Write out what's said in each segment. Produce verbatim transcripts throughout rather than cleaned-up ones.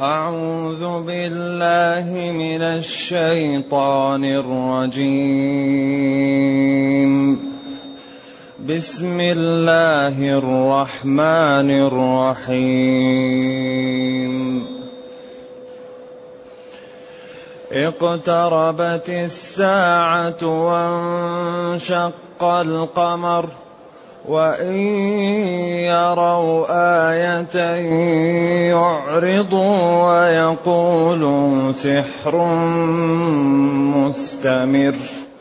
أعوذ بالله من الشيطان الرجيم. بسم الله الرحمن الرحيم. اقتربت الساعة وانشق القمر وإن يروا آية يعرضوا ويقولوا سحر مستمر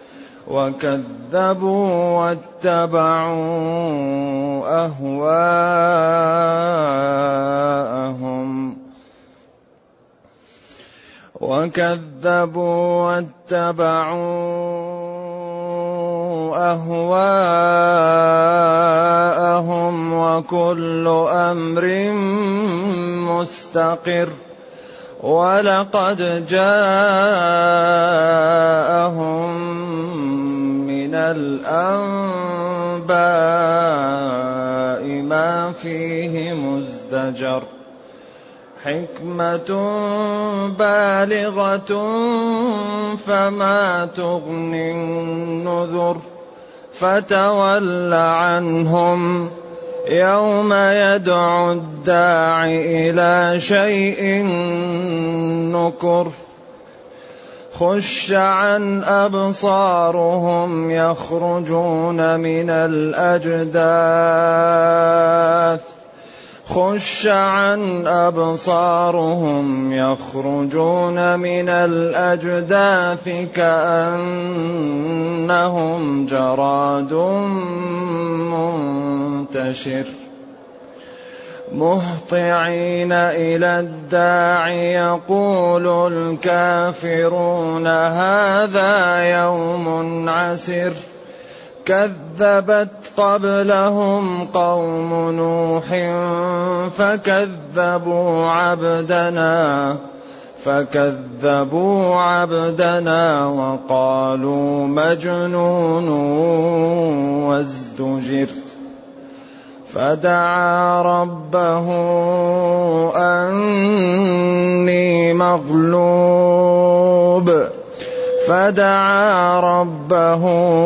وكذبوا واتبعوا أهواءهم وكذبوا واتبعوا أهواءهم وكل أمر مستقر ولقد جاءهم من الأنباء ما فيه مزدجر حكمة بالغة فما تغني النذر فتول عنهم يوم يدعو الداع إلى شيء نكر خش عن أبصارهم يخرجون من الأجداث خش عن أبصارهم يخرجون من الأجداث كأنهم جراد منتشر مهطعين إلى الداع يقول الكافرون هذا يوم عسر كذبت قبلهم قوم نوح فكذبوا عبدنا فكذبوا عبدنا وقالوا مجنون وازدجر فدعا ربه أني مغلوب فدعا ربه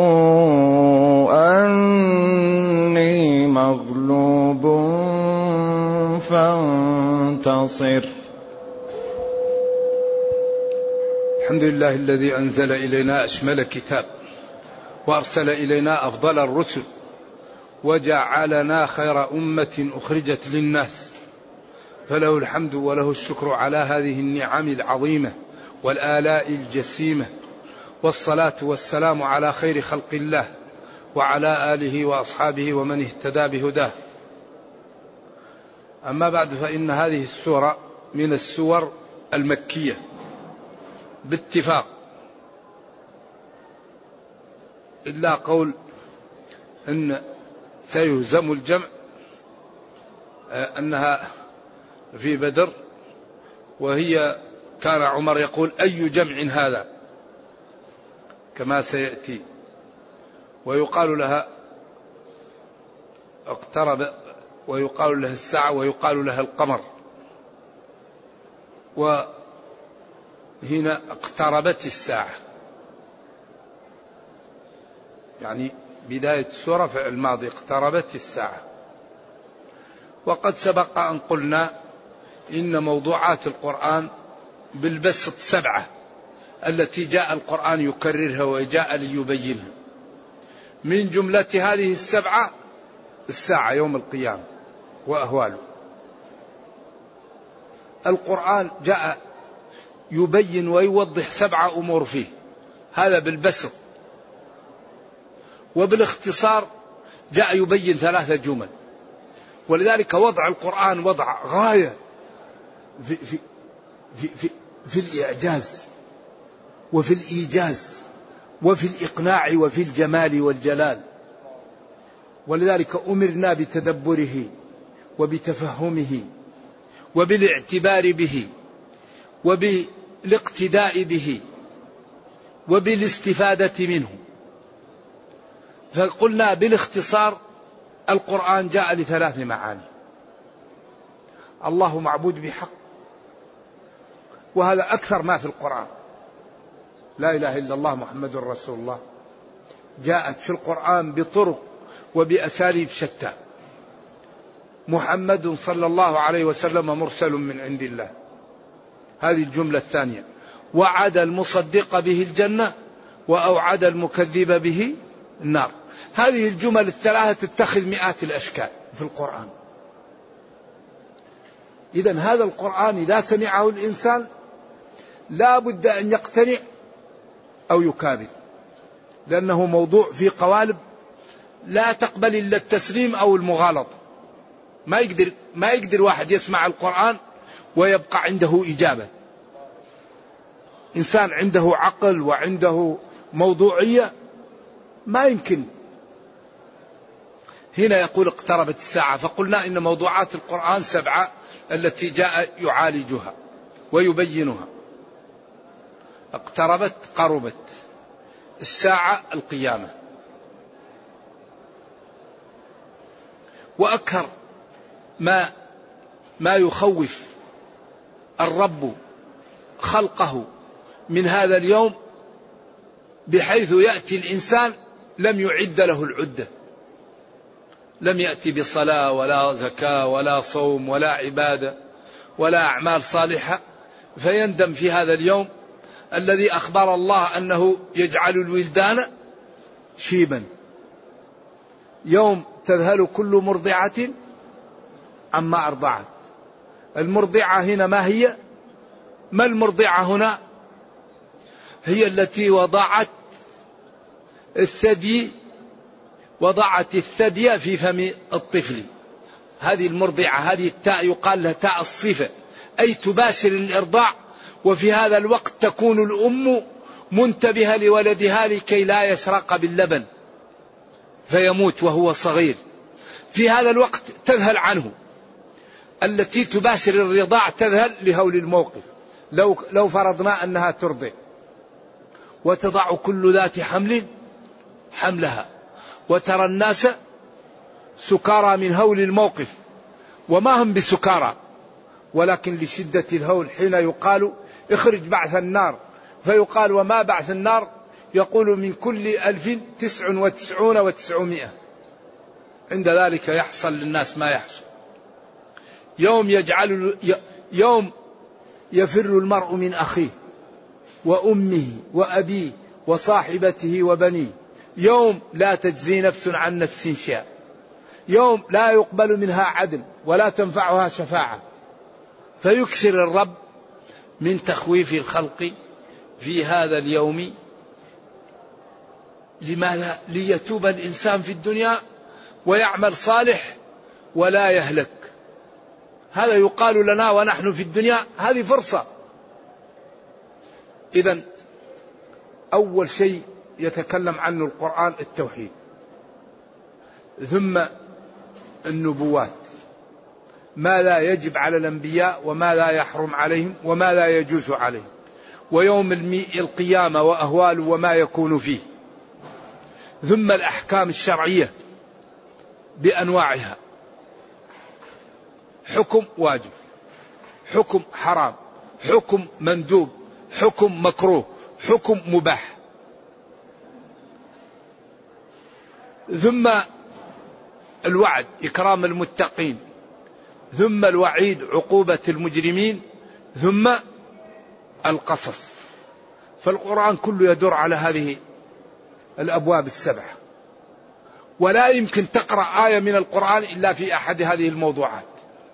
أني مغلوب فانتصر. الحمد لله الذي أنزل إلينا أشمل كتاب وأرسل إلينا أفضل الرسل وجعلنا خير أمة أخرجت للناس فله الحمد وله الشكر على هذه النعم العظيمة والآلاء الجسيمة والصلاة والسلام على خير خلق الله وعلى آله وأصحابه ومن اهتدى بهداه. أما بعد فإن هذه السورة من السور المكية باتفاق إلا قول أن سيهزم الجمع أنها في بدر وهي كان عمر يقول أي جمع هذا كما سيأتي ويقال لها اقترب ويقال لها الساعة ويقال لها القمر وهنا اقتربت الساعة يعني بداية السورة فعل الماضي اقتربت الساعة. وقد سبق أن قلنا إن موضوعات القرآن بالبسط سبعة التي جاء القرآن يكررها وجاء ليبينها. من جملة هذه السبعة الساعة يوم القيامة وأهواله. القرآن جاء يبين ويوضح سبعة أمور فيه هذا بالبسط وبالاختصار جاء يبين ثلاثة جمل. ولذلك وضع القرآن وضع غاية في, في, في, في, في الإعجاز وفي الإيجاز وفي الإقناع وفي الجمال والجلال. ولذلك أمرنا بتدبره وبتفهمه وبالاعتبار به وبالاقتداء به وبالاستفادة منه. فقلنا بالاختصار القرآن جاء لثلاث معاني: الله معبود بحق، وهذا أكثر ما في القرآن. لا إله إلا الله محمد رسول الله جاءت في القرآن بطرق وبأساليب شتى. محمد صلى الله عليه وسلم مرسل من عند الله، هذه الجملة الثانية. وعد المصدق به الجنة وأوعد المكذب به النار. هذه الجمل الثلاثة تتخذ مئات الأشكال في القرآن. إذن هذا القرآن إذا سمعه الإنسان لا بد أن يقتنع أو يكابد، لأنه موضوع في قوالب لا تقبل إلا التسليم أو المغالطة. ما يقدر ما يقدر واحد يسمع القرآن ويبقى عنده إجابة. إنسان عنده عقل وعنده موضوعية ما يمكن. هنا يقول اقتربت الساعة، فقلنا إن موضوعات القرآن سبعة التي جاء يعالجها ويبينها. اقتربت، قربت، الساعة القيامة. وأكثر ما ما يخوف الرب خلقه من هذا اليوم بحيث يأتي الإنسان لم يعد له العدة، لم يأتي بصلاة ولا زكاة ولا صوم ولا عبادة ولا أعمال صالحة، فيندم في هذا اليوم الذي أخبر الله أنه يجعل الولدان شيبا. يوم تذهل كل مرضعة عما أرضعت. المرضعة هنا ما هي؟ ما المرضعة هنا؟ هي التي وضعت الثدي وضعت الثدي في فم الطفل. هذه المرضعة، هذه التاء يقال لها تاء الصفة، أي تباشر الإرضاع، وفي هذا الوقت تكون الأم منتبهة لولدها لكي لا يشرق باللبن فيموت وهو صغير. في هذا الوقت تذهل عنه. التي تباشر الرضاع تذهل لهول الموقف. لو لو فرضنا أنها ترضع، وتضع كل ذات حمل حملها، وترى الناس سكارى من هول الموقف، وما هم بسكارى، ولكن لشدة الهول حين يقال اخرج بعث النار، فيقال وما بعث النار؟ يقول من كل ألف تسع وتسعون وتسعمائة. عند ذلك يحصل للناس ما يحصل. يوم يجعل يوم يفر المرء من أخيه وأمه وأبيه وصاحبته وبنيه. يوم لا تجزي نفس عن نفس شيئا. يوم لا يقبل منها عدل ولا تنفعها شفاعة. فيكثر الرب من تخويف الخلق في هذا اليوم. لماذا؟ ليتوب الإنسان في الدنيا ويعمل صالح ولا يهلك. هذا يقال لنا ونحن في الدنيا، هذه فرصة. إذن أول شيء يتكلم عنه القرآن التوحيد، ثم النبوات، ما لا يجب على الأنبياء وما لا يحرم عليهم وما لا يجوز عليهم، ويوم القيامة وأهواله وما يكون فيه، ثم الأحكام الشرعية بأنواعها. حكم واجب، حكم حرام، حكم مندوب، حكم مكروه، حكم مباح. ثم الوعد إكرام المتقين، ثم الوعيد عقوبة المجرمين، ثم القصص. فالقرآن كله يدور على هذه الأبواب السبعة، ولا يمكن تقرأ آية من القرآن إلا في أحد هذه الموضوعات.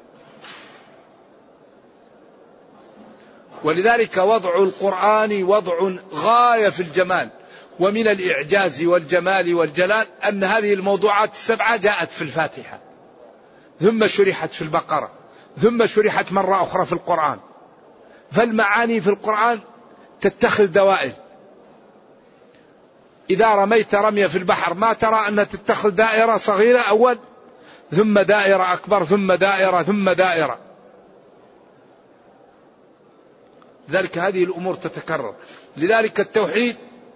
ولذلك وضع القرآن وضع غاية في الجمال، ومن الإعجاز والجمال والجلال أن هذه الموضوعات السبعة جاءت في الفاتحة، ثم شرحت في البقرة، ثم شرحت مرة أخرى في القرآن. فالمعاني في القرآن تتخذ دوائر. إذا رميت رمية في البحر ما ترى أنها تتخذ دائرة صغيرة أول، ثم دائرة أكبر، ثم دائرة، ثم دائرة. لذلك هذه الأمور تتكرر. لذلك التوحيد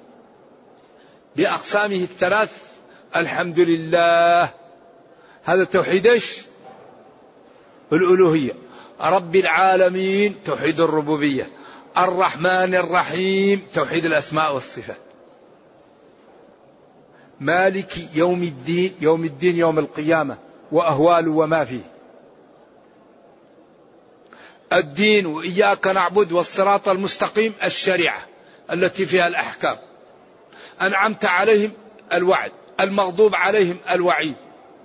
بأقسامه الثلاث، الحمد لله، هذا التوحيد ايش؟ الألوهية. رب العالمين توحيد الربوبية، الرحمن الرحيم توحيد الأسماء والصفات، مالك يوم الدين، يوم الدين يوم القيامة وأهواله وما فيه، الدين وإياك نعبد والصراط المستقيم الشريعة التي فيها الأحكام، أنعمت عليهم الوعد، المغضوب عليهم الوعيد،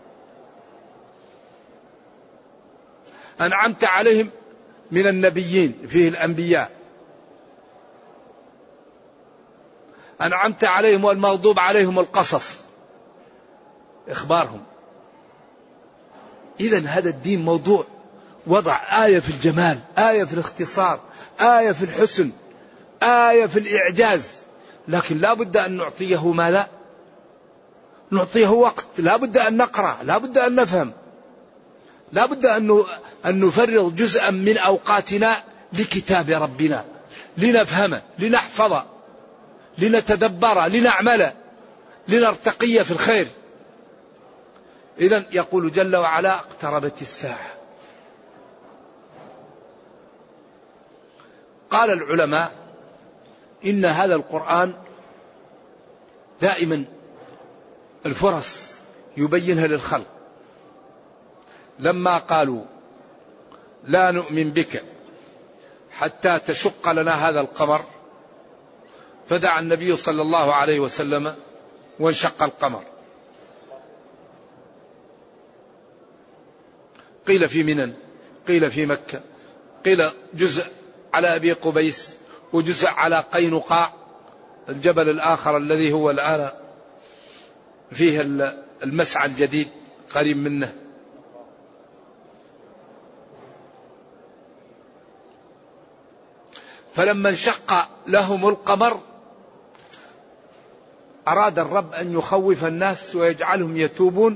أنعمت عليهم من النبيين فيه الأنبياء، أنعمت عليهم والمغضوب عليهم القصص إخبارهم. إذن هذا الدين موضوع وضع آية في الجمال، آية في الاختصار، آية في الحسن، آية في الإعجاز، لكن لا بد أن نعطيه ماذا؟ نعطيه وقت، لا بد أن نقرأ، لا بد أن نفهم، لا بد أن أن نفرغ جزءا من أوقاتنا لكتاب ربنا لنفهمه، لنحفظه، لنتدبره، لنعمله، لنرتقي في الخير. إذن يقول جل وعلا اقتربت الساعة. قال العلماء إن هذا القرآن دائما الفرص يبينها للخلق. لما قالوا لا نؤمن بك حتى تشق لنا هذا القمر، فدعا النبي صلى الله عليه وسلم وانشق القمر. قيل في منن، قيل في مكة، قيل جزء على أبي قبيس وجزء على قينقاع الجبل الآخر الذي هو الآن فيه المسعى الجديد قريب منه. فلما انشق لهم القمر أراد الرب أن يخوف الناس ويجعلهم يتوبون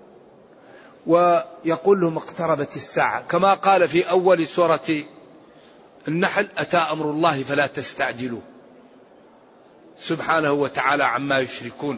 ويقول لهم اقتربت الساعة، كما قال في أول سورة النحل أتى أمر الله فلا تستعجلوا سبحانه وتعالى عما يشركون.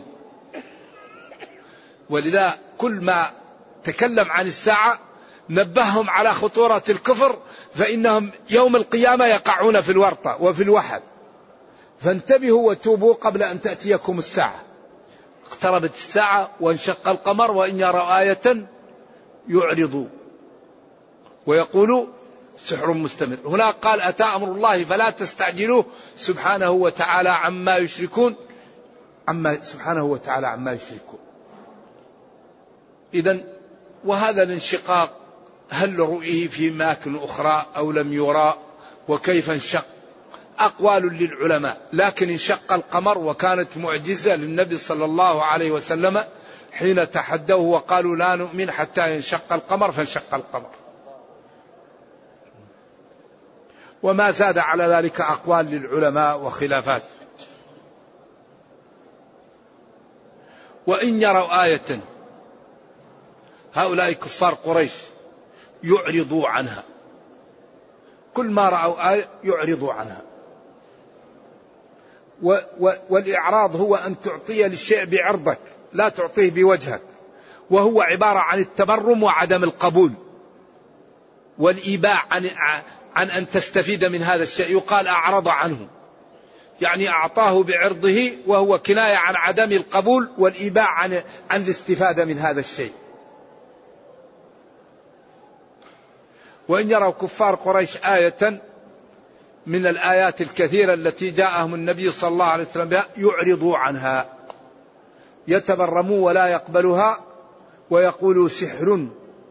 ولذا كل ما تكلم عن الساعة نبههم على خطورة الكفر، فإنهم يوم القيامة يقعون في الورطة وفي الوحل، فانتبهوا وتوبوا قبل أن تأتيكم الساعة. اقتربت الساعة وانشق القمر وإن يروا آية يعرضوا ويقولوا سحر مستمر. هنا قال أتى أمر الله فلا تستعجلوه سبحانه وتعالى عما يشركون، عما سبحانه وتعالى عما يشركون. إذن وهذا الانشقاق هل رؤيه في أماكن أخرى أو لم يرى وكيف انشق؟ أقوال للعلماء، لكن انشق القمر وكانت معجزة للنبي صلى الله عليه وسلم حين تحدوه وقالوا لا نؤمن حتى ينشق القمر، فانشق القمر. وما زاد على ذلك أقوال للعلماء وخلافات. وإن يروا آية، هؤلاء كفار قريش يعرضوا عنها، كل ما رأوا آية يعرضوا عنها. والإعراض هو أن تعطي للشيء بعرضك لا تعطيه بوجهك، وهو عبارة عن التبرم وعدم القبول والإيباع عن, عن أن تستفيد من هذا الشيء. يقال أعرض عنه، يعني أعطاه بعرضه وهو كناية عن عدم القبول والإيباع عن, عن الاستفادة من هذا الشيء. وإن يروا كفار قريش آية من الآيات الكثيرة التي جاءهم النبي صلى الله عليه وسلم بها يعرضوا عنها، يتبرموا ولا يقبلها ويقولوا سحر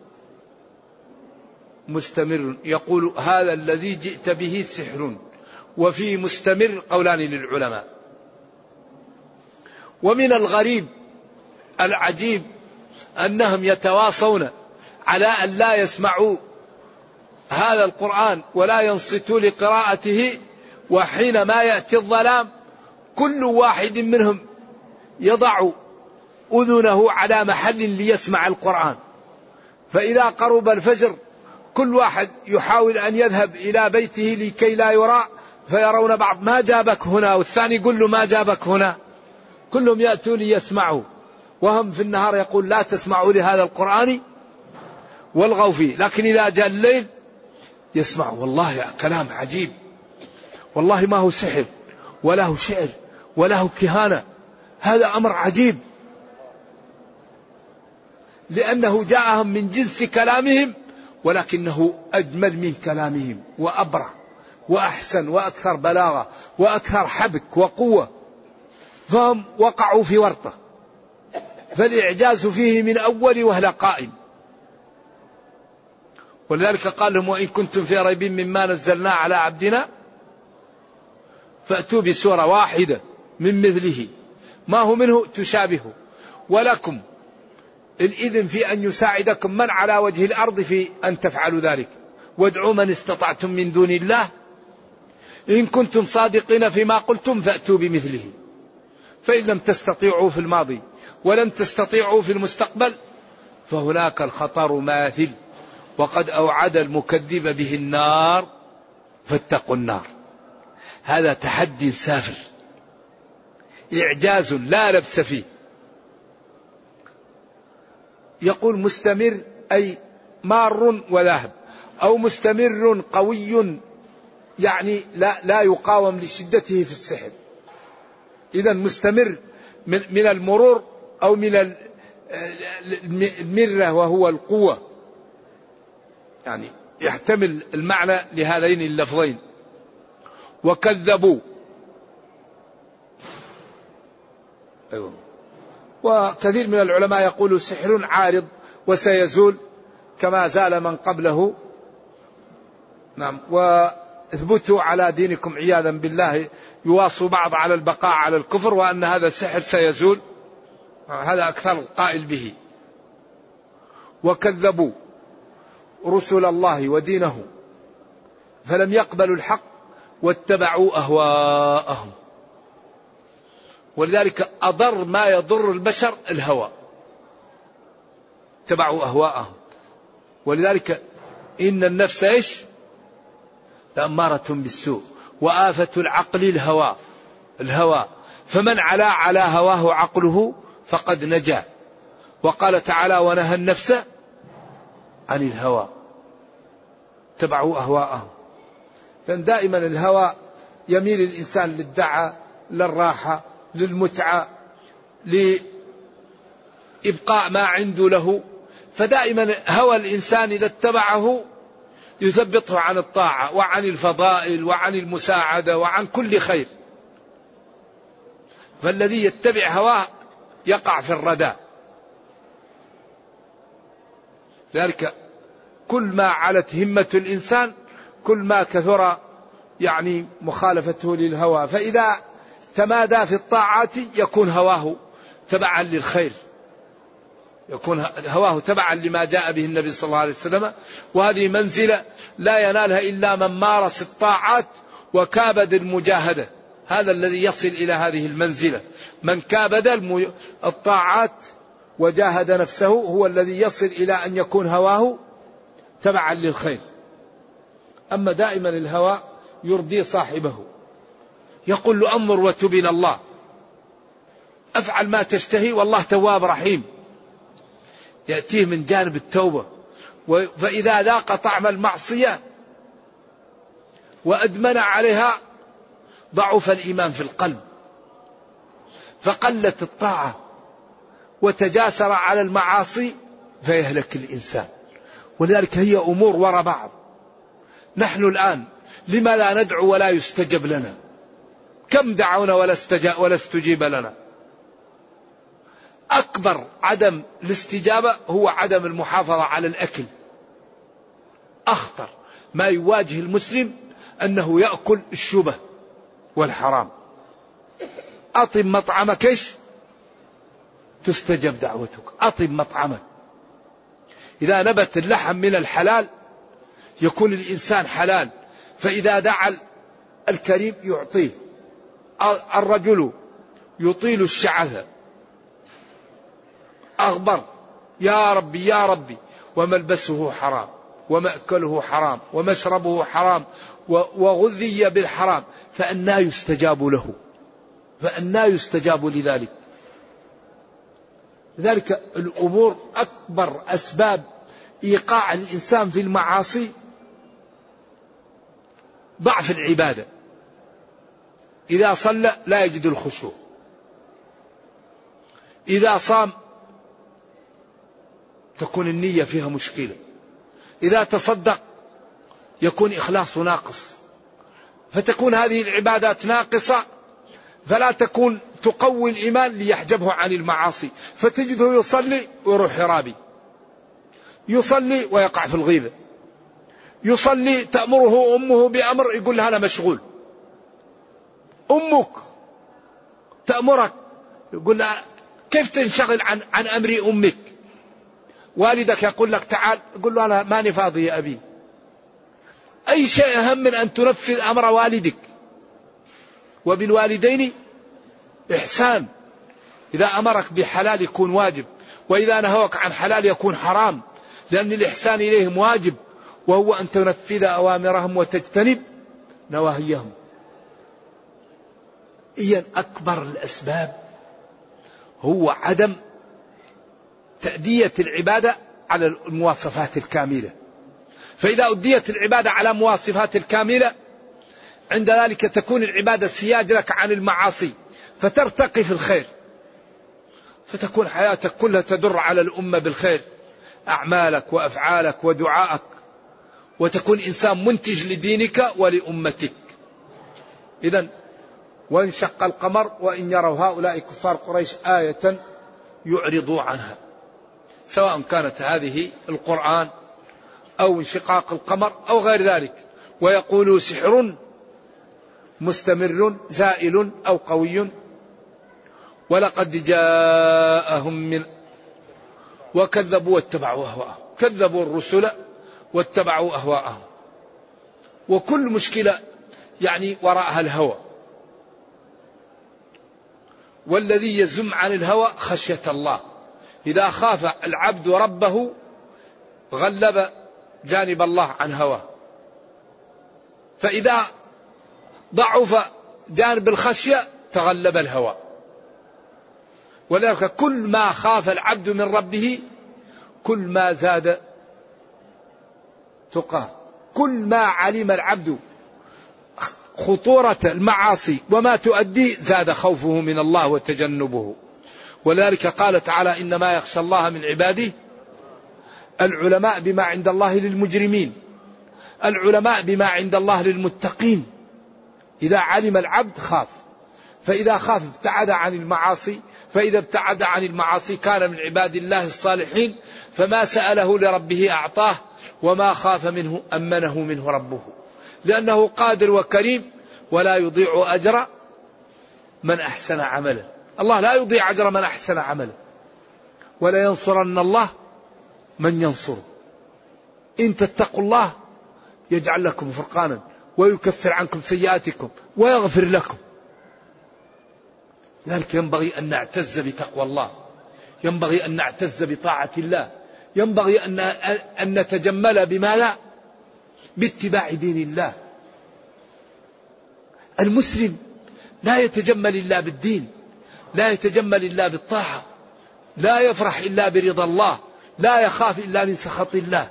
مستمر. يقول هذا الذي جئت به سحر، وفي مستمر قولان للعلماء. ومن الغريب العجيب أنهم يتواصون على أن لا يسمعوا هذا القرآن ولا ينصتوا لقراءته، وحينما يأتي الظلام كل واحد منهم يضع أذنه على محل ليسمع القرآن، فإذا قرب الفجر كل واحد يحاول أن يذهب إلى بيته لكي لا يرى، فيرون بعض ما جابك هنا، والثاني يقول له ما جابك هنا، كلهم يأتوا ليسمعوا، وهم في النهار يقول لا تسمعوا لهذا القرآن والغوا فيه. لكن إذا جاء الليل يسمع والله كلام عجيب، والله ما هو سحر ولا هو شعر ولا هو كهانة، هذا أمر عجيب، لأنه جاءهم من جنس كلامهم ولكنه أجمل من كلامهم وأبرع وأحسن وأكثر بلاغة وأكثر حبك وقوة، فهم وقعوا في ورطة، فالإعجاز فيه من أول وهلة قائم. ولذلك قال لهم وإن كنتم في ريب مما نزلنا على عبدنا فأتوا بسورة واحدة من مثله ما هو منه تشابهه، ولكم الإذن في أن يساعدكم من على وجه الأرض في أن تفعلوا ذلك، وادعوا من استطعتم من دون الله إن كنتم صادقين فيما قلتم فأتوا بمثله. فإن لم تستطيعوا في الماضي ولن تستطيعوا في المستقبل فهناك الخطر ماثل، وقد أوعد المكذب به النار فاتقوا النار. هذا تحدي سافر، إعجاز لا لبس فيه. يقول مستمر أي مار وذاهب، أو مستمر قوي يعني لا, لا يقاوم لشدته في السحر. إذا مستمر من, من المرور أو من المرة وهو القوة، يعني يحتمل المعنى لهذين اللفظين. وكذبوا، أيوة. وكثير من العلماء يقول سحر عارض وسيزول كما زال من قبله. نعم. واثبتوا على دينكم عياذا بالله، يواصوا بعض على البقاء على الكفر، وأن هذا السحر سيزول، هذا أكثر القائل به. وكذبوا رسل الله ودينه فلم يقبلوا الحق واتبعوا أهواءهم. ولذلك أضر ما يضر البشر الهوى، اتبعوا أهواءهم. ولذلك إن النفس إيش؟ لأمارة بالسوء، وآفة العقل الهوى الهوى فمن علا على هواه عقله فقد نجا. وقال تعالى ونهى النفس عن الهوى، اتبعوا أهواءهم. لأن دائما الهوى يميل الإنسان للدعة، للراحة، للمتعة، لإبقاء ما عنده له. فدائما هوى الإنسان إذا اتبعه يثبطه عن الطاعة وعن الفضائل وعن المساعدة وعن كل خير. فالذي يتبع هواه يقع في الردى. ذلك كل ما علت همة الإنسان كل ما كثر يعني مخالفته للهوى. فإذا تمادى في الطاعات يكون هواه تبعا للخير، يكون هواه تبعا لما جاء به النبي صلى الله عليه وسلم. وهذه منزلة لا ينالها إلا من مارس الطاعات وكابد المجاهدة، هذا الذي يصل إلى هذه المنزلة. من كابد الطاعات وجاهد نفسه هو الذي يصل إلى أن يكون هواه تبعا للخير. أما دائما الهوى يرضي صاحبه، يقول له أنظر وتب إلى الله، أفعل ما تشتهي والله تواب رحيم، يأتيه من جانب التوبة. فإذا ذاق طعم المعصية وأدمن عليها ضعف الإيمان في القلب، فقلت الطاعة وتجاسر على المعاصي فيهلك الإنسان. ولذلك هي أمور وراء بعض. نحن الآن لما لا ندعو ولا يستجب لنا؟ كم دعونا ولا استجاب ولا استجيب لنا؟ أكبر عدم الاستجابة هو عدم المحافظة على الأكل. أخطر ما يواجه المسلم أنه يأكل الشبه والحرام. أطب مطعمك إيش تستجب دعوتك، أطب مطعمك. إذا نبت اللحم من الحلال يكون الإنسان حلال، فإذا دعا الكريم يعطيه. الرجل يطيل الشعث أغبر يا ربي يا ربي، وملبسه حرام ومأكله حرام ومشربه حرام وغذي بالحرام، فأنى يستجاب له، فأنى يستجاب لذلك. لذلك الأمور أكبر أسباب إيقاع الإنسان في المعاصي ضعف العبادة. إذا صلى لا يجد الخشوع، إذا صام تكون النية فيها مشكلة، إذا تصدق يكون إخلاص ناقص، فتكون هذه العبادات ناقصة، فلا تكون تقوي الإيمان ليحجبه عن المعاصي، فتجده يصلي ويروح حرابي، يصلي ويقع في الغيبة، يصلي تأمره أمه بأمر يقول لها أنا مشغول، أمك تأمرك يقول لها كيف تنشغل عن, عن أمر أمك، والدك يقول لك تعال يقول له أنا ماني فاضي يا أبي. أي شيء أهم من أن تنفذ أمر والدك. وبالوالدين إحسان، إذا أمرك بحلال يكون واجب، وإذا نهوك عن حلال يكون حرام، لأن الإحسان إليهم واجب، وهو أن تنفذ أوامرهم وتجتنب نواهيهم. إذن أكبر الأسباب هو عدم تأدية العبادة على المواصفات الكاملة. فإذا أديت العبادة على مواصفات الكاملة عند ذلك تكون العبادة سياج لك عن المعاصي، فترتقي في الخير، فتكون حياتك كلها تدر على الأمة بالخير، أعمالك وأفعالك ودعائك، وتكون إنسان منتج لدينك ولأمتك. إذن وانشق القمر وإن يروا هؤلاء كفار قريش آية يعرضوا عنها، سواء كانت هذه القرآن أو انشقاق القمر أو غير ذلك، ويقولوا سحر مستمر زائل أو قوي ولقد جاءهم من وكذبوا واتبعوا أهواءهم، كذبوا الرسل واتبعوا أهواءهم. وكل مشكلة يعني وراءها الهوى، والذي يزم عن الهوى خشية الله. إذا خاف العبد ربه غلب جانب الله عن هواه، فإذا ضعف جانب الخشية تغلب الهوى. ولذلك كل ما خاف العبد من ربه كل ما زاد تقاه، كل ما علم العبد خطورة المعاصي وما تؤدي زاد خوفه من الله وتجنبه. ولذلك قال تعالى إنما يخشى الله من عباده العلماء بما عند الله للمجرمين، العلماء بما عند الله للمتقين. إذا علم العبد خاف، فإذا خاف ابتعد عن المعاصي، فإذا ابتعد عن المعاصي كان من عباد الله الصالحين، فما سأله لربه أعطاه، وما خاف منه أمنه منه ربه، لأنه قادر وكريم ولا يضيع أجر من أحسن عملا. الله لا يضيع أجر من أحسن عملا، ولا ينصرن الله من ينصر. إن تتقوا الله يجعل لكم فرقانا ويكفر عنكم سيئاتكم ويغفر لكم. لذلك ينبغي أن نعتز بتقوى الله، ينبغي أن نعتز بطاعة الله، ينبغي أن أن نتجمل بما لا باتباع دين الله. المسلم لا يتجمل إلا بالدين، لا يتجمل إلا بالطاعة، لا يفرح إلا برضا الله، لا يخاف إلا من سخط الله.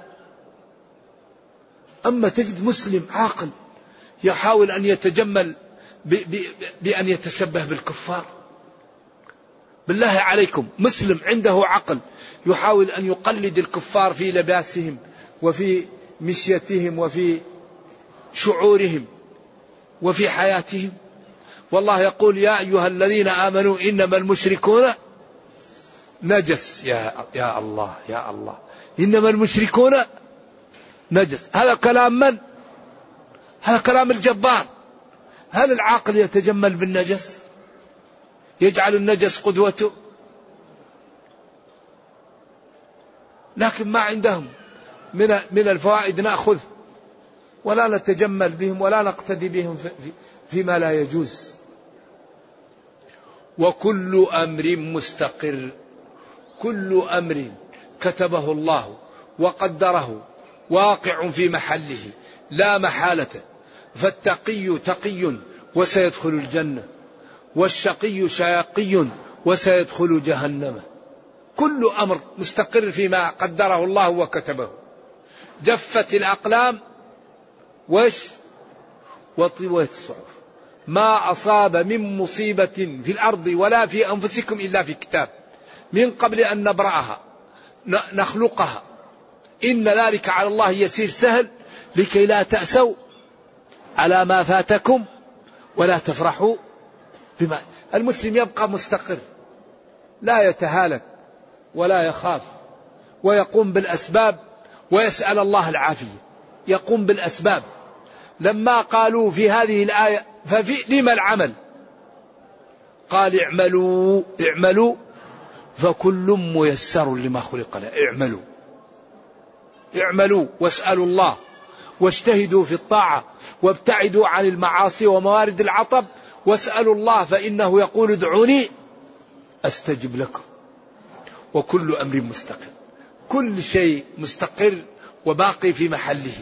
أما تجد مسلم عاقل يحاول أن يتجمل بأن يتشبه بالكفار. بالله عليكم، مسلم عنده عقل يحاول أن يقلد الكفار في لباسهم وفي مشيتهم وفي شعورهم وفي حياتهم. والله يقول يا أيها الذين آمنوا إنما المشركون نجس. يا, يا الله يا الله، إنما المشركون نجس. هذا كلام من؟ هذا كلام الجبار. هل العاقل يتجمل بالنجس؟ يجعل النجس قدوته؟ لكن ما عندهم من من الفوائد نأخذ، ولا نتجمل بهم ولا نقتدي بهم في فيما لا يجوز. وكل أمر مستقر، كل أمر كتبه الله وقدره واقع في محله لا محالة. فالتقي تقي وسيدخل الجنة، والشقي شاقي وسيدخل جهنم. كل أمر مستقر فيما قدره الله وكتبه. جفت الأقلام وش وطويت الصحف ما أصاب من مصيبة في الأرض ولا في أنفسكم إلا في كتاب من قبل أن نبرأها نخلقها إن ذلك على الله يسير سهل لكي لا تأسوا على ما فاتكم ولا تفرحوا بما. المسلم يبقى مستقر لا يتهالك ولا يخاف ويقوم بالأسباب ويسأل الله العافية. يقوم بالأسباب. لما قالوا في هذه الآية ففي لما العمل قال اعملوا اعملوا فكل ميسر لما خلق له. اعملوا اعملوا واسألوا الله واجتهدوا في الطاعة وابتعدوا عن المعاصي وموارد العطب واسألوا الله فإنه يقول ادعوني أستجب لكم. وكل أمر مستقر. كل شيء مستقر وباقي في محله.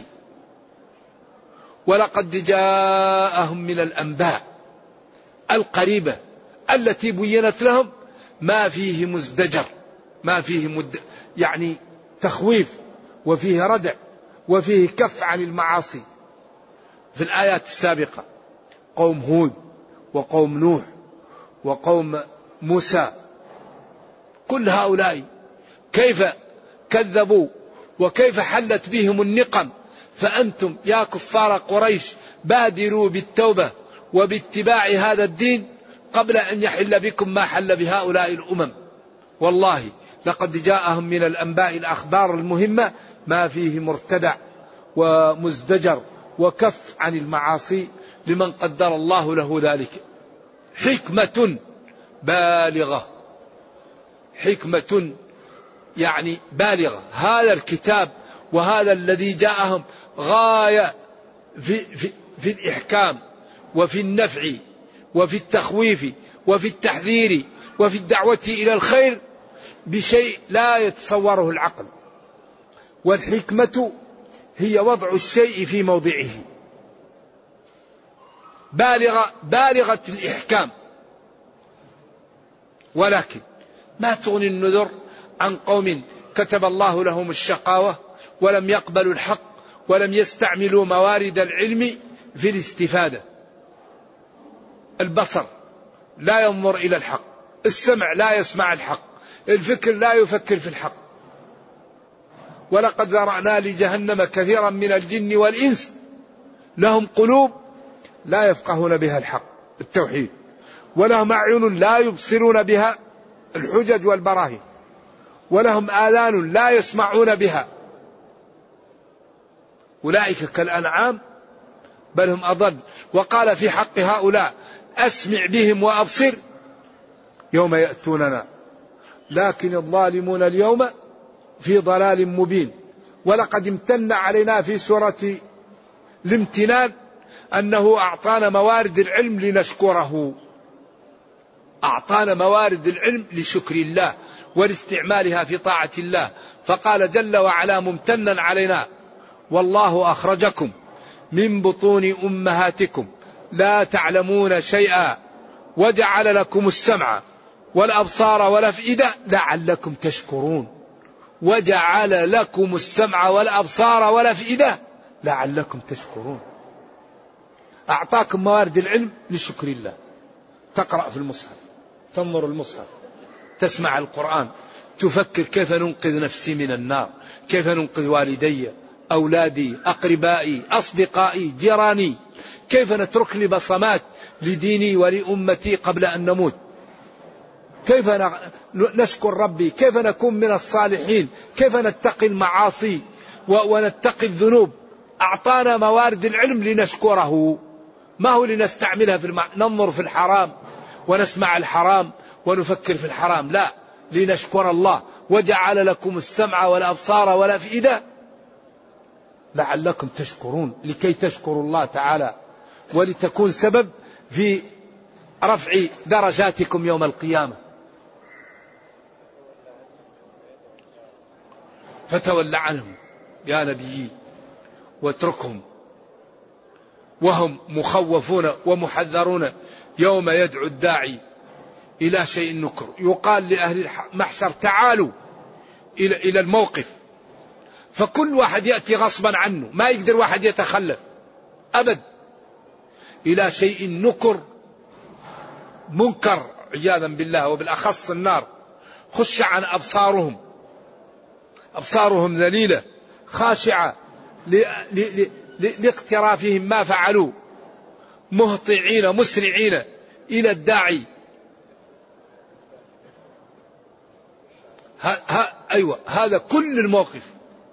ولقد جاءهم من الأنباء القريبة التي بينت لهم ما فيه مزدجر ما فيه مد يعني تخويف وفيه ردع وفيه كف عن المعاصي. في الآيات السابقة قوم هود وقوم نوح وقوم موسى كل هؤلاء كيف كذبوا وكيف حلت بهم النقم. فأنتم يا كفار قريش بادروا بالتوبة وباتباع هذا الدين قبل أن يحل بكم ما حل بهؤلاء الأمم. والله لقد جاءهم من الأنباء الأخبار المهمة ما فيه مرتدع ومزدجر وكف عن المعاصي لمن قدر الله له ذلك. حكمة بالغة حكمة يعني بالغة. هذا الكتاب وهذا الذي جاءهم غاية في, في, في الإحكام وفي النفع وفي التخويف وفي التحذير وفي الدعوة إلى الخير بشيء لا يتصوره العقل. والحكمة هي وضع الشيء في موضعه. بالغة بالغة الإحكام. ولكن ما تغني النذر عن قوم كتب الله لهم الشقاوة ولم يقبلوا الحق ولم يستعملوا موارد العلم في الاستفادة. البصر لا ينظر إلى الحق، السمع لا يسمع الحق، الفكر لا يفكر في الحق. ولقد ذرأنا لجهنم كثيرا من الجن والإنس لهم قلوب لا يفقهون بها الحق التوحيد ولهم أعين لا يبصرون بها الحجج والبراهين ولهم آذان لا يسمعون بها. أولئك كالأنعام بل هم أضل. وقال في حق هؤلاء أسمع بهم وأبصر يوم يأتوننا لكن الظالمون اليوم في ضلال مبين. ولقد امتن علينا في سورة الامتنان أنه أعطانا موارد العلم لنشكره. أعطانا موارد العلم لشكر الله ولاستعمالها في طاعة الله. فقال جل وعلا ممتنا علينا والله أخرجكم من بطون أمهاتكم لا تعلمون شيئا وجعل لكم السمع والأبصار والأفئدة لعلكم تشكرون. وجعل لكم السمع والأبصار والأفئدة لعلكم تشكرون. أعطاكم موارد العلم لشكر الله. تقرأ في المصحف، تنظر المصحف، تسمع القرآن، تفكر كيف ننقذ نفسي من النار، كيف ننقذ والدي، أولادي، أقربائي، أصدقائي، جيراني، كيف نترك لي بصمات لديني ولأمتي قبل أن نموت، كيف نشكر ربي، كيف نكون من الصالحين، كيف نتقي المعاصي ونتقي الذنوب. أعطانا موارد العلم لنشكره، ما هو لنستعملها في المع... ننظر في الحرام ونسمع الحرام ونفكر في الحرام، لا، لنشكر الله. وجعل لكم السمع والأبصار والأفئدة لعلكم تشكرون، لكي تشكروا الله تعالى ولتكون سبب في رفع درجاتكم يوم القيامة. فتول عنهم يا نبي واتركهم وهم مخوفون ومحذرون يوم يدعو الداعي إلى شيء نكر. يقال لأهل المحشر تعالوا إلى إلى الموقف، فكل واحد يأتي غصبا عنه، ما يقدر واحد يتخلف أبد. إلى شيء نكر منكر عياذا بالله، وبالأخص النار. خش عن أبصارهم، أبصارهم ذليلة خاشعة لاقترافهم ما فعلوا، مهطعين مسرعين إلى الداعي. ها ها أيوة، هذا كل الموقف.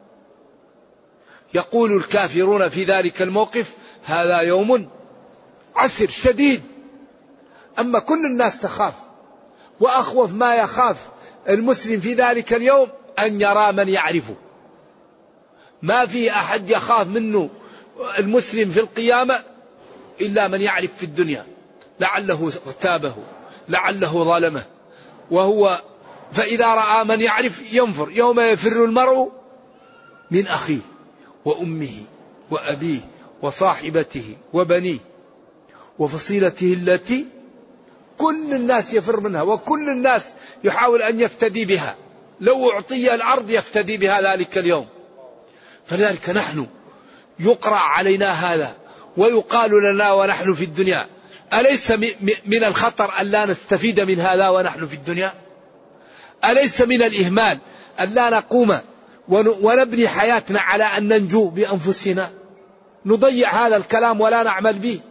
يقول الكافرون في ذلك الموقف هذا يوم عسر شديد. أما كل الناس تخاف، وأخوف ما يخاف المسلم في ذلك اليوم أن يرى من يعرفه. ما في أحد يخاف منه المسلم في القيامة إلا من يعرف في الدنيا، لعله اغتابه، لعله ظلمه، وهو فإذا رأى من يعرف ينفر. يوم يفر المرء من أخيه وأمه وأبيه وصاحبته وبنيه وفصيلته التي، كل الناس يفر منها، وكل الناس يحاول أن يفتدي بها. لو أعطي الأرض يفتدي بها ذلك اليوم. فلذلك نحن يقرأ علينا هذا ويقال لنا ونحن في الدنيا، أليس من الخطر أن لا نستفيد من هذا ونحن في الدنيا؟ أليس من الإهمال أن لا نقوم ونبني حياتنا على أن ننجو بأنفسنا؟ نضيع هذا الكلام ولا نعمل به.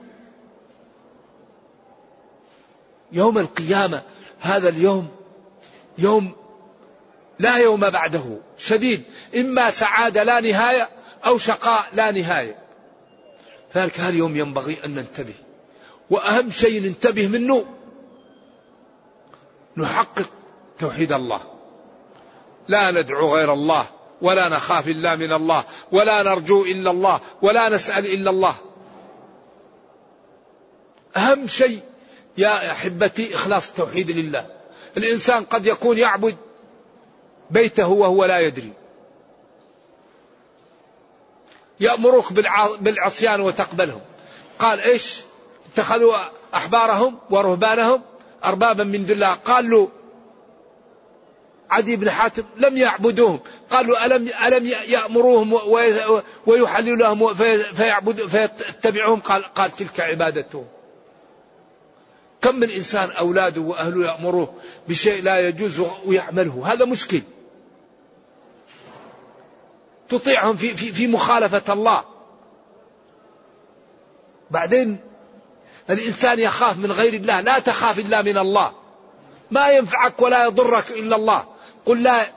يوم القيامة هذا اليوم يوم لا يوم بعده شديد، إما سعادة لا نهاية أو شقاء لا نهاية. فذلك هذا اليوم ينبغي أن ننتبه، وأهم شيء ننتبه منه نحقق توحيد الله، لا ندعو غير الله، ولا نخاف إلا من الله، ولا نرجو إلا الله، ولا نسأل إلا الله. أهم شيء يا أحبتي إخلاص التوحيد لله. الإنسان قد يكون يعبد بيته وهو لا يدري، يأمرك بالعصيان وتقبلهم. قال إيش؟ اتخذوا أحبارهم ورهبانهم أربابا من دون الله. قال له عدي بن حاتم لم يعبدوهم، قالوا ألم ألم يأمروهم ويحللوا لهم فيعبد فيتبعوهم؟ قال قال تلك عبادتهم. كم من إنسان أولاده وأهله يأمروه بشيء لا يجوز ويعمله، هذا مشكل. تطيعهم في في في مخالفة الله. بعدين الإنسان يخاف من غير الله، لا تخاف إلا من الله. ما ينفعك ولا يضرك إلا الله. قل لا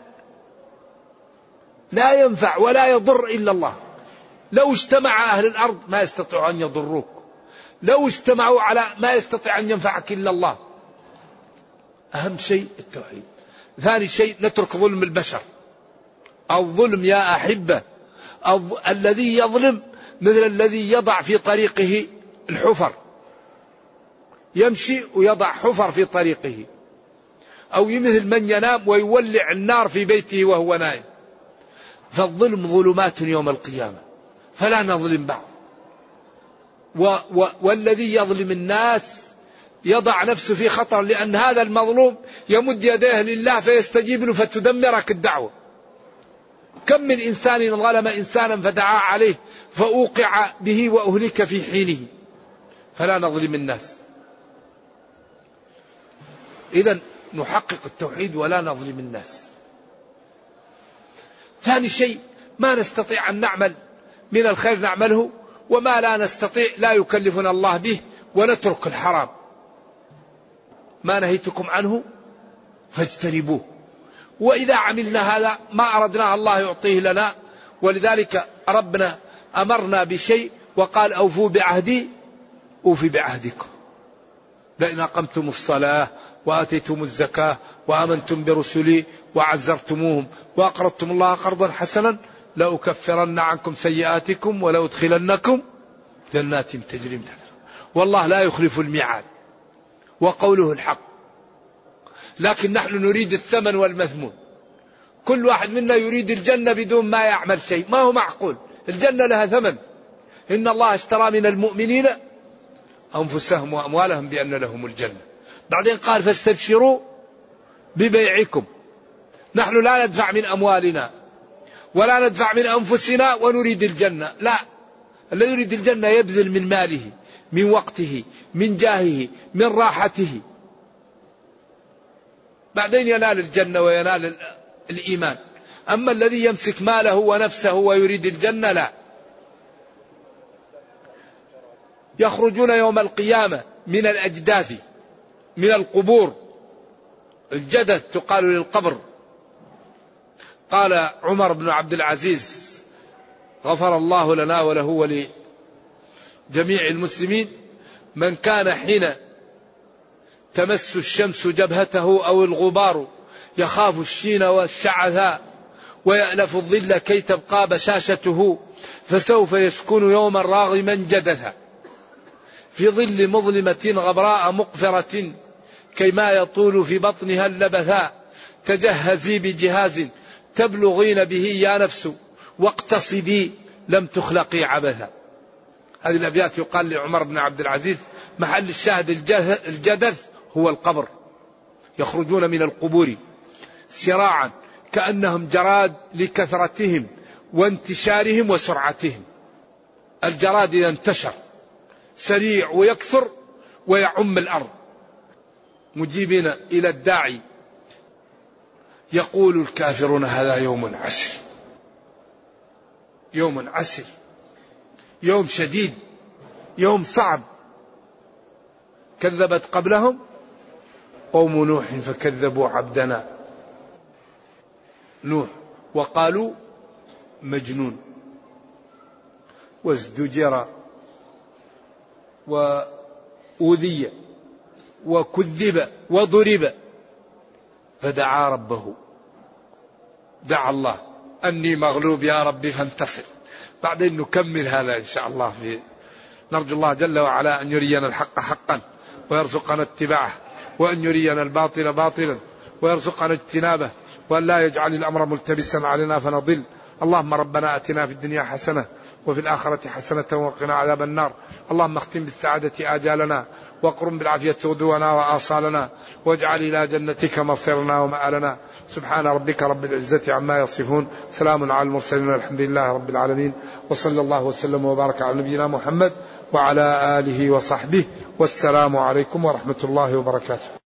لا ينفع ولا يضر إلا الله. لو اجتمع أهل الأرض ما يستطيعوا أن يضروك، لو اجتمعوا على ما يستطيع أن ينفعك إلا الله. أهم شيء التوحيد. ثاني شيء نترك ظلم البشر. الظلم يا أحبة، الذي يظلم مثل الذي يضع في طريقه الحفر، يمشي ويضع حفر في طريقه، أو مثل من ينام ويولع النار في بيته وهو نائم. فالظلم ظلمات يوم القيامة، فلا نظلم بعض. و و والذي يظلم الناس يضع نفسه في خطر، لأن هذا المظلوم يمد يديه لله فيستجيب له فتدمرك الدعوة. كم من إنسان ظلم إنسانا فدعا عليه فأوقع به وأهلك في حينه. فلا نظلم الناس. إذن نحقق التوحيد ولا نظلم الناس. ثاني شيء ما نستطيع أن نعمل من الخير نعمله، وما لا نستطيع لا يكلفنا الله به، ونترك الحرام. ما نهيتكم عنه فاجتنبوه. وإذا عملنا هذا ما أردناه الله يعطيه لنا. ولذلك ربنا أمرنا بشيء وقال أوفوا بعهدي أوفي بعهدكم. لئن أقمتم الصلاة وآتيتم الزكاة وآمنتم برسلي وعزرتموهم وأقرضتم الله قرضا حسنا لأكفرن عنكم سيئاتكم ولأدخلنكم جنات تجري من تحتها. والله لا يخلف الميعاد وقوله الحق. لكن نحن نريد الثمن والمثمون. كل واحد منا يريد الجنة بدون ما يعمل شيء، ما هو معقول. الجنة لها ثمن. إن الله اشترى من المؤمنين أنفسهم وأموالهم بأن لهم الجنة. بعدين قال فاستبشروا ببيعكم. نحن لا ندفع من أموالنا ولا ندفع من أنفسنا ونريد الجنة، لا، الذي يريد الجنة يبذل من ماله، من وقته، من جاهه، من راحته، بعدين ينال الجنة وينال الإيمان. أما الذي يمسك ماله ونفسه ويريد الجنة لا. يخرجون يوم القيامة من الأجداث، من القبور. الجدث تقال للقبر. قال عمر بن عبد العزيز غفر الله لنا وله ولجميع المسلمين: من كان حين تمس الشمس جبهته أو الغبار يخاف الشين والشعثاء ويألف الظل كي تبقى بشاشته فسوف يسكن يوما راغما جدثا في ظل مظلمة غبراء مقفرة كيما يطول في بطنها اللبثاء تجهزي بجهاز تبلغين به يا نفس واقتصدي لم تخلقي عبثا. هذه الأبيات يقال لعمر بن عبد العزيز. محل الشاهد الجدث هو القبر. يخرجون من القبور سراعا كأنهم جراد لكثرتهم وانتشارهم وسرعتهم. الجراد إذا انتشر سريع ويكثر ويعم الأرض. مجيبين إلى الداعي يقول الكافرون: هذا يوم عسر، يوم عسر، يوم شديد، يوم صعب. كذبت قبلهم قوم نوح فكذبوا عبدنا نوح وقالوا مجنون وازدجر وأوذي وكذب وضرب فدعا ربه. دعا الله: أني مغلوب يا ربي فانتصر. بعدين نكمل هذا إن شاء الله. في نرجو الله جل وعلا أن يرينا الحق حقا ويرزقنا اتباعه، وأن يرينا الباطل باطلا ويرزقنا اجتنابه، وأن لا يجعل الأمر ملتبسا علينا فنضل. اللهم ربنا أتنا في الدنيا حسنة وفي الآخرة حسنة وقنا عذاب النار. اللهم اختم بالسعادة آجالنا واقرم بالعافية غدونا وآصالنا واجعل إلى جنتك مصيرنا ومآلنا. سبحان ربك رب العزة عما يصفون، سلام على المرسلين والحمد لله رب العالمين، وصلى الله وسلم وبارك على نبينا محمد وعلى آله وصحبه، والسلام عليكم ورحمة الله وبركاته.